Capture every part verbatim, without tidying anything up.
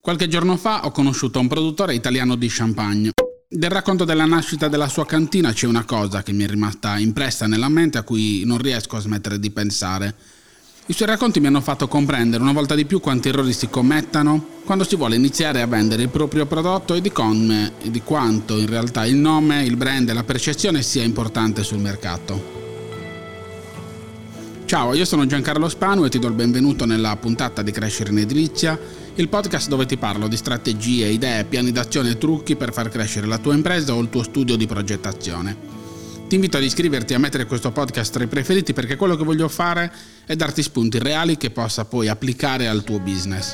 Qualche giorno fa ho conosciuto un produttore italiano di champagne. Del racconto della nascita della sua cantina c'è una cosa che mi è rimasta impressa nella mente a cui non riesco a smettere di pensare. I suoi racconti mi hanno fatto comprendere una volta di più quanti errori si commettano quando si vuole iniziare a vendere il proprio prodotto e di come e di quanto in realtà il nome, il brand e la percezione sia importante sul mercato. Ciao, io sono Giancarlo Spanu e ti do il benvenuto nella puntata di Crescere in Edilizia, il podcast dove ti parlo di strategie, idee, piani d'azione e trucchi per far crescere la tua impresa o il tuo studio di progettazione. Ti invito ad iscriverti e a mettere questo podcast tra i preferiti perché quello che voglio fare è darti spunti reali che possa poi applicare al tuo business.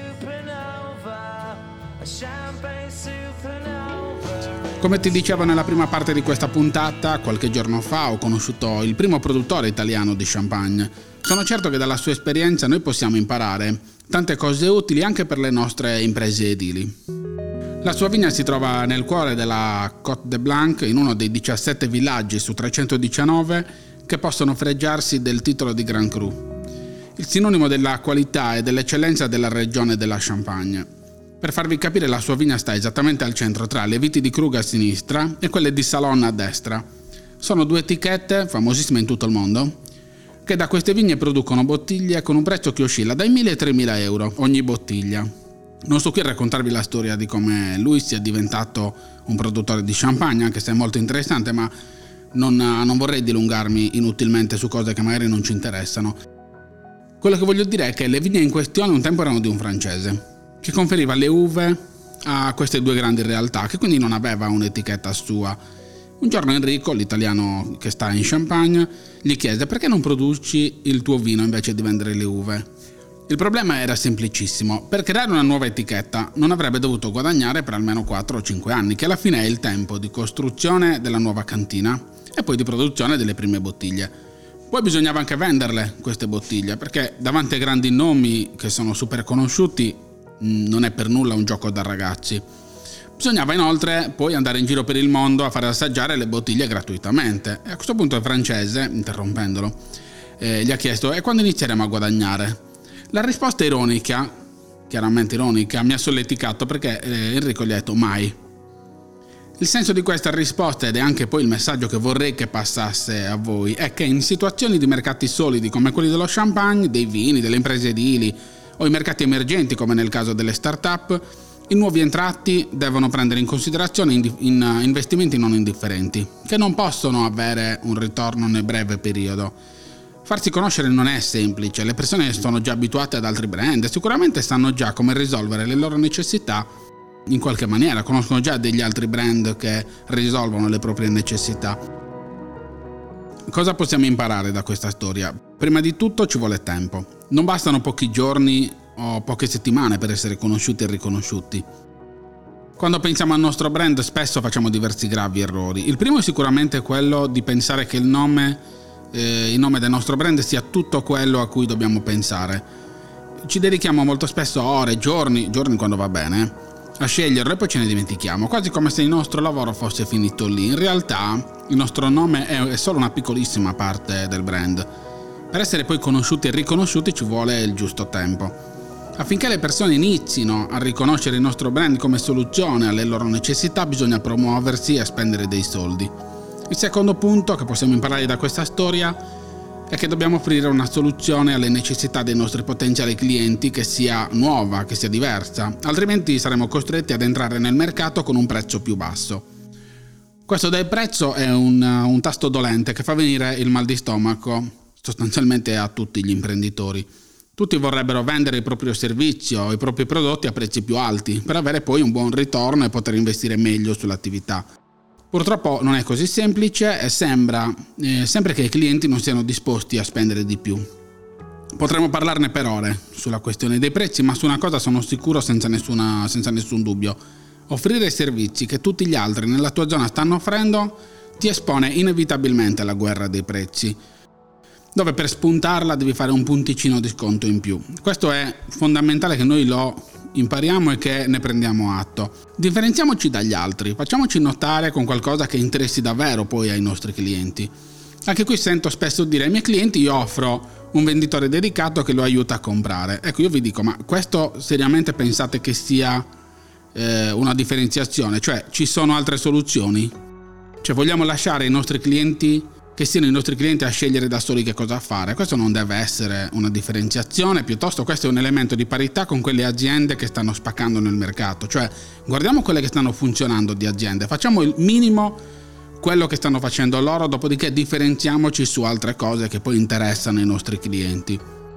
Come ti dicevo nella prima parte di questa puntata, qualche giorno fa ho conosciuto il primo produttore italiano di champagne. Sono certo che dalla sua esperienza noi possiamo imparare tante cose utili anche per le nostre imprese edili. La sua vigna si trova nel cuore della Côte de Blanc, in uno dei diciassette villaggi su trecentodiciannove che possono fregiarsi del titolo di Grand Cru, il sinonimo della qualità e dell'eccellenza della regione della Champagne. Per farvi capire, la sua vigna sta esattamente al centro tra le viti di Krug a sinistra e quelle di Salon a destra. Sono due etichette famosissime in tutto il mondo che da queste vigne producono bottiglie con un prezzo che oscilla dai mille ai tremila euro ogni bottiglia. Non sto qui a raccontarvi la storia di come lui sia diventato un produttore di champagne, anche se è molto interessante, ma non, non vorrei dilungarmi inutilmente su cose che magari non ci interessano. Quello che voglio dire è che le vigne in questione un tempo erano di un francese che conferiva le uve a queste due grandi realtà, che quindi non aveva un'etichetta sua. Un giorno Enrico, l'italiano che sta in Champagne, gli chiese: perché non produci il tuo vino invece di vendere le uve? Il problema era semplicissimo: per creare una nuova etichetta non avrebbe dovuto guadagnare per almeno quattro o cinque anni, che alla fine è il tempo di costruzione della nuova cantina e poi di produzione delle prime bottiglie. Poi bisognava anche venderle queste bottiglie, perché davanti ai grandi nomi che sono super conosciuti non è per nulla un gioco da ragazzi. Bisognava inoltre poi andare in giro per il mondo a fare assaggiare le bottiglie gratuitamente. E a questo punto il francese, interrompendolo, eh, gli ha chiesto: e quando inizieremo a guadagnare? La risposta ironica, chiaramente ironica, mi ha solleticato perché eh, Enrico gli ha detto: mai. Il senso di questa risposta, ed è anche poi il messaggio che vorrei che passasse a voi, è che in situazioni di mercati solidi come quelli dello champagne, dei vini, delle imprese edili o i mercati emergenti come nel caso delle start-up, i nuovi entrati devono prendere in considerazione in, in investimenti non indifferenti, che non possono avere un ritorno nel breve periodo. Farsi conoscere non è semplice, le persone sono già abituate ad altri brand e sicuramente sanno già come risolvere le loro necessità in qualche maniera, conoscono già degli altri brand che risolvono le proprie necessità. Cosa possiamo imparare da questa storia? Prima di tutto ci vuole tempo. Non bastano pochi giorni o poche settimane per essere conosciuti e riconosciuti. Quando pensiamo al nostro brand spesso facciamo diversi gravi errori. Il primo è sicuramente quello di pensare che il nome, eh, il nome del nostro brand sia tutto quello a cui dobbiamo pensare. Ci dedichiamo molto spesso ore, giorni, giorni quando va bene, a sceglierlo e poi ce ne dimentichiamo, quasi come se il nostro lavoro fosse finito lì. In realtà il nostro nome è solo una piccolissima parte del brand. Per essere poi conosciuti e riconosciuti ci vuole il giusto tempo. Affinché le persone inizino a riconoscere il nostro brand come soluzione alle loro necessità, bisogna promuoversi e spendere dei soldi. Il secondo punto che possiamo imparare da questa storia è che dobbiamo offrire una soluzione alle necessità dei nostri potenziali clienti che sia nuova, che sia diversa, altrimenti saremo costretti ad entrare nel mercato con un prezzo più basso. Questo del prezzo è un, un tasto dolente che fa venire il mal di stomaco sostanzialmente a tutti gli imprenditori. Tutti vorrebbero vendere il proprio servizio o i propri prodotti a prezzi più alti per avere poi un buon ritorno e poter investire meglio sull'attività. Purtroppo non è così semplice e sembra eh, sempre che i clienti non siano disposti a spendere di più. Potremmo parlarne per ore sulla questione dei prezzi, ma su una cosa sono sicuro senza, nessuna, senza nessun dubbio: offrire i servizi che tutti gli altri nella tua zona stanno offrendo ti espone inevitabilmente alla guerra dei prezzi, dove per spuntarla devi fare un punticino di sconto in più. Questo è fondamentale che noi lo impariamo e che ne prendiamo atto. Differenziamoci dagli altri, facciamoci notare con qualcosa che interessi davvero poi ai nostri clienti. Anche qui sento spesso dire ai miei clienti: io offro un venditore dedicato che lo aiuta a comprare. Ecco, io vi dico, ma questo seriamente pensate che sia eh, una differenziazione? Cioè, ci sono altre soluzioni? Cioè, vogliamo lasciare i nostri clienti, che siano i nostri clienti a scegliere da soli che cosa fare? Questo non deve essere una differenziazione, piuttosto questo è un elemento di parità con quelle aziende che stanno spaccando nel mercato. Cioè, guardiamo quelle che stanno funzionando di aziende, facciamo il minimo quello che stanno facendo loro, dopodiché differenziamoci su altre cose che poi interessano i nostri clienti.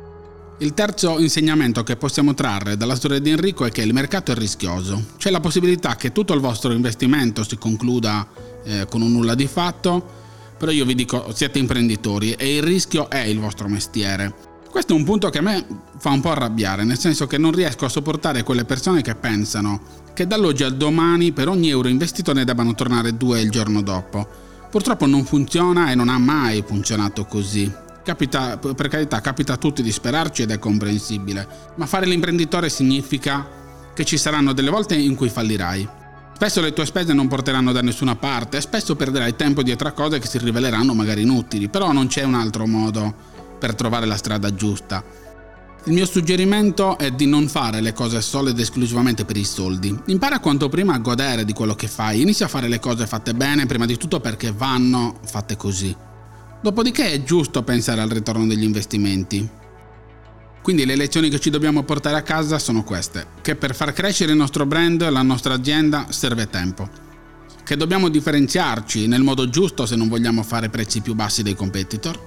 Il terzo insegnamento che possiamo trarre dalla storia di Enrico è che il mercato è rischioso. C'è la possibilità che tutto il vostro investimento si concluda eh, con un nulla di fatto, però io vi dico, siete imprenditori e il rischio è il vostro mestiere. Questo è un punto che a me fa un po' arrabbiare, nel senso che non riesco a sopportare quelle persone che pensano che dall'oggi al domani per ogni euro investito ne debbano tornare due il giorno dopo. Purtroppo non funziona e non ha mai funzionato così. Capita, per carità, capita a tutti di sperarci ed è comprensibile, ma fare l'imprenditore significa che ci saranno delle volte in cui fallirai. Spesso le tue spese non porteranno da nessuna parte e spesso perderai tempo dietro a cose che si riveleranno magari inutili, però non c'è un altro modo per trovare la strada giusta. Il mio suggerimento è di non fare le cose solo ed esclusivamente per i soldi. Impara quanto prima a godere di quello che fai, inizia a fare le cose fatte bene, prima di tutto perché vanno fatte così. Dopodiché è giusto pensare al ritorno degli investimenti. Quindi le lezioni che ci dobbiamo portare a casa sono queste: che per far crescere il nostro brand, la nostra azienda, serve tempo. Che dobbiamo differenziarci nel modo giusto se non vogliamo fare prezzi più bassi dei competitor.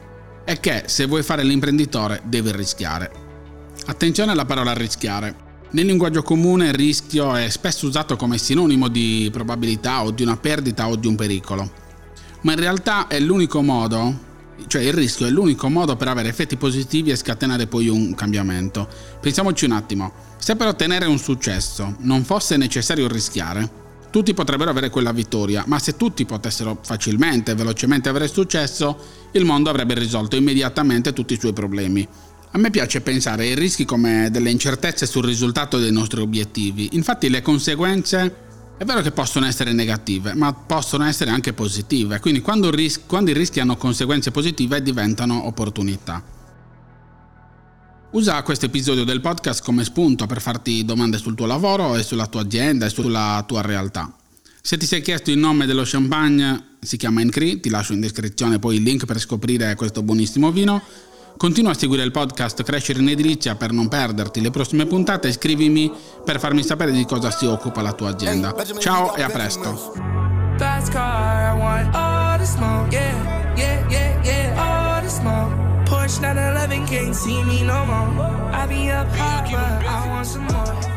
E che se vuoi fare l'imprenditore devi rischiare. Attenzione alla parola rischiare. Nel linguaggio comune rischio è spesso usato come sinonimo di probabilità o di una perdita o di un pericolo. Ma in realtà è l'unico modo, cioè il rischio è l'unico modo per avere effetti positivi e scatenare poi un cambiamento. Pensiamoci un attimo, se per ottenere un successo non fosse necessario rischiare, tutti potrebbero avere quella vittoria, ma se tutti potessero facilmente e velocemente avere successo, il mondo avrebbe risolto immediatamente tutti i suoi problemi. A me piace pensare ai rischi come delle incertezze sul risultato dei nostri obiettivi. Infatti le conseguenze è vero che possono essere negative, ma possono essere anche positive. Quindi quando, ris- quando i rischi hanno conseguenze positive diventano opportunità. Usa questo episodio del podcast come spunto per farti domande sul tuo lavoro e sulla tua azienda e sulla tua realtà. Se ti sei chiesto il nome dello champagne, si chiama Encri, ti lascio in descrizione poi il link per scoprire questo buonissimo vino. Continua a seguire il podcast Crescere in Edilizia per non perderti le prossime puntate e scrivimi per farmi sapere di cosa si occupa la tua azienda. Ciao e a presto! Porsche nine eleven can't see me no more. I be up high, but I want some more.